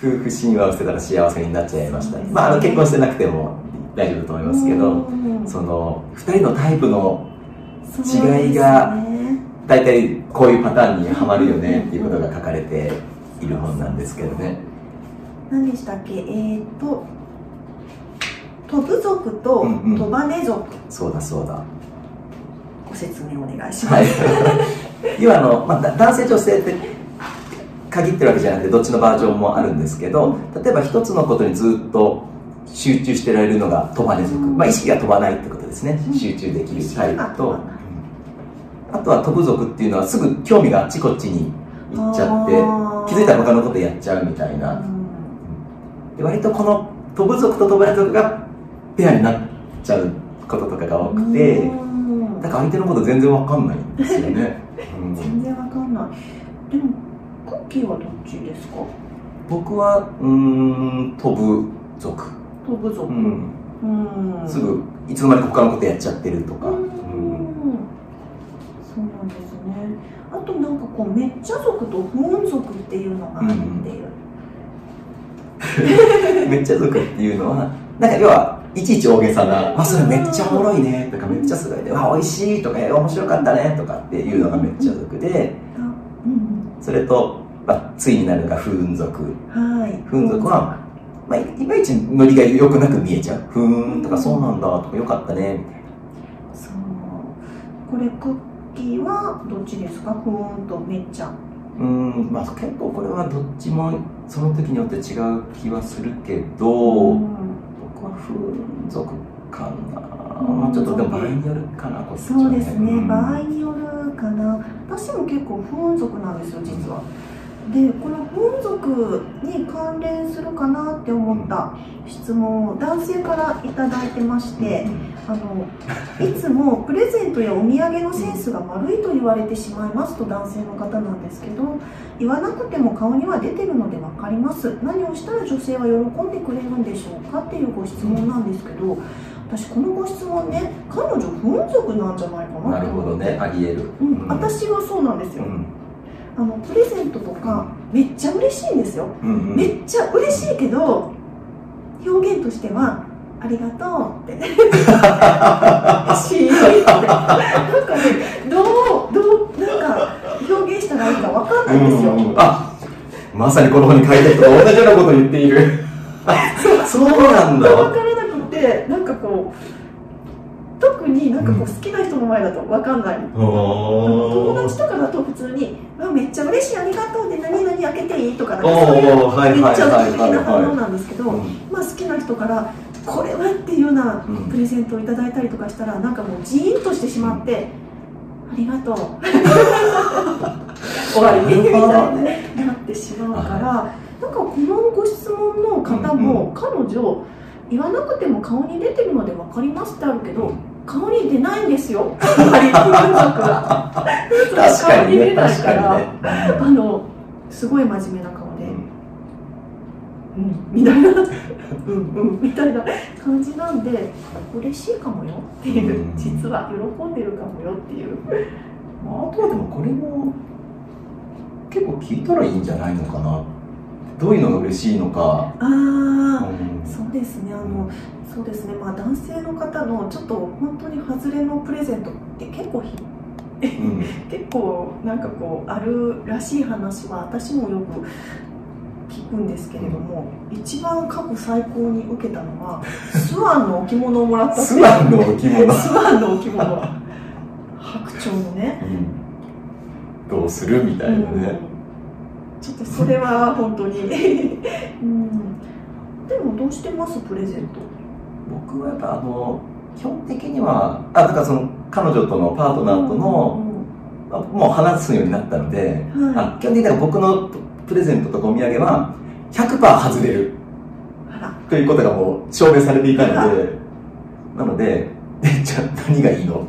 夫婦神話をしてたら幸せになっちゃいました。まあ、結婚してなくても大丈夫だと思いますけど、その2人のタイプの違いが大体こういうパターンにはまるよねっていうことが書かれている本なんですけどね。 何でしたっけ、飛ぶ族と飛ばね族、 そうだそうだ。 ご説明お願いします。 要はまあ、男性女性って限ってるわけじゃなくてどっちのバージョンもあるんですけど、例えば一つのことにずっと集中してられるのが飛ばね族、まあ、意識が飛ばないってことですね。集中できるタイプと、あとは飛ぶ族っていうのはすぐ興味があっちこっちに行っちゃって気づいたら他のことやっちゃうみたいな。で割とこの飛ぶ族と飛ばね族がペアになっちゃうこととかが多くて、だから相手のこと全然わかんないんですよね。 全然わかんない。でもクッキーはどっちですか？ 僕は飛ぶ族。 飛ぶ族。 すぐいつの間にか他のことやっちゃってるとか。そうなんですね。あとなんかこうめっちゃ族と不運族っていうのがあるっていう。 めっちゃ族っていうのはなんか要はいちいち大げさな「あそれめっちゃおもろいね」とか「めっちゃすごいね」「あ美味しい」とか「面白かったね」とかっていうのがめっちゃ族で、それと対になるのが不運族。不運族はまあ、いまいちノリが良くなく見えちゃう。ふーんとかそうなんだとかよかったねみたいな。 そうこれクッキーはどっちですか？ふーんとめっちゃ。 まあ結構これはどっちもその時によって違う気はするけど、僕は不運族かな。まあちょっとでも場合によるかな。 そうですね、場合によるかな。私も結構不運族なんですよ実は。でこの不運族に関連するかなって思った質問を男性からいただいてまして、いつもプレゼントやお土産のセンスが悪いと言われてしまいますと男性の方なんですけど、言わなくても顔には出てるので分かります。何をしたら女性は喜んでくれるんでしょうかっていうご質問なんですけど、私このご質問ね、彼女不運族なんじゃないかなって思って。 なるほどね、ありえる。 私はそうなんですよ。プレゼントとかめっちゃ嬉しいんですよ。めっちゃ嬉しいけど表現としてはありがとうってなんかね、どうなんか表現したらいいかわかんないんですよ。 まさにこの本に書いた人が同じようなことを言っている。そうなんだ。 分からなくて、なんかこう特になんかこう好きな人の前だと分かんない。友達とかだと普通に「めっちゃ嬉しい、ありがとう」で「何々開けていい?」とか、そういうめっちゃ的な反応なんですけど、まあ好きな人から「これは?」っていうようなプレゼントをいただいたりとかしたら、なんかもうジーンとしてしまって「ありがとう」終わりみたいになってしまうから、なんかこのご質問の方も彼女言わなくても顔に出てるので分かりますってあるけど、顔に出ないんですよ。あんまり風俗が顔に出ないから、すごい真面目な顔で、みたいなみたいな感じなんで、嬉しいかもよっていう、実は喜んでるかもよっていう。 あとはでもこれも結構聞いたらいいんじゃないのかな。どういうのが嬉しいのか。 そうですね、そうですね、まあ男性の方のちょっと本当に外れのプレゼントって結構結構なんかこうあるらしい話は私もよく聞くんですけれども、一番過去最高に受けたのはスワンの置物をもらったっていう。 スワンの置物。 スワンの置物。白鳥のね。 どうするみたいなね。 ちょっとそれは本当にでもどうしてますプレゼント？ 僕はやっぱ基本的にはだからその彼女とのパートナーとのもう話すようになったので、基本的には僕のプレゼントとかお土産は 100% 外れるということがもう証明されていたので、なのでじゃあ何がいいの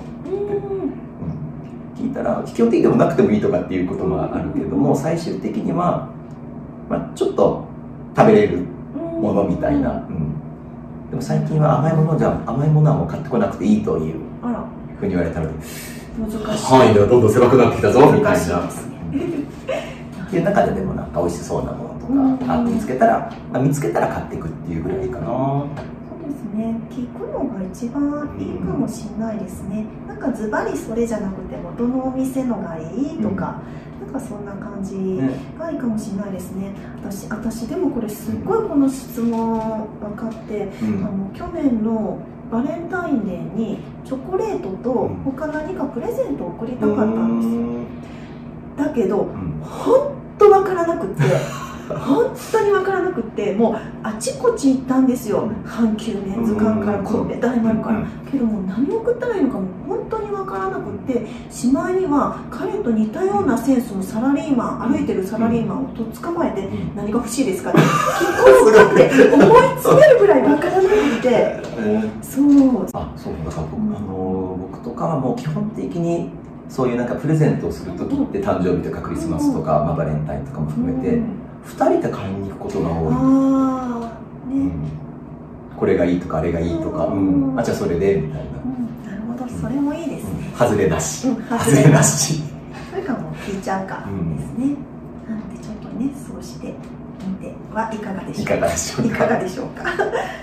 聞いたら、基本的にでもなくてもいいとかっていうこともあるけども、最終的には、ちょっと食べれるものみたいな、でも最近は甘いものはもう買ってこなくていいというふうに言われたので、 難しい範囲がどんどん狭くなってきたぞみたいなっていう中ででもなんか美味しそうなものとか、見つけたら買っていくっていうぐらいかな。 そうですね、聞くのが一番いいかもしれないですね。なんかズバリそれじゃなくても、どのお店のがいいとか、なんかそんな感じがいいかもしれないですね。私でもこれすっごいこの質問分かって、去年のバレンタインデーにチョコレートと他何かプレゼントを送りたかったんですよ。だけど、本当分からなくって本当に分からなくって、もうあちこち行ったんですよ。阪急メンズ館から神戸大丸からけども、何を送ったらいいのかも本当に分からなくって、しまいには彼と似たようなセンスのサラリーマン、歩いてるサラリーマンをとっ捕まえて、何が欲しいですかって聞こうかって思い詰めるぐらい分からなくて、そうだから僕とかはもう基本的にそういうなんかプレゼントをする時って誕生日とかクリスマスとか、バレンタインとかも含めて2人で買いに行くことが多い。これがいいとかあれがいいとか、じゃあそれでみたいな。 なるほど、それもいいですね。 外れなし、外れなし。 それかもう聞いちゃうかですね。なのでちょっとね、そうしてみてはいかがでしょうか。いかがでしょうか。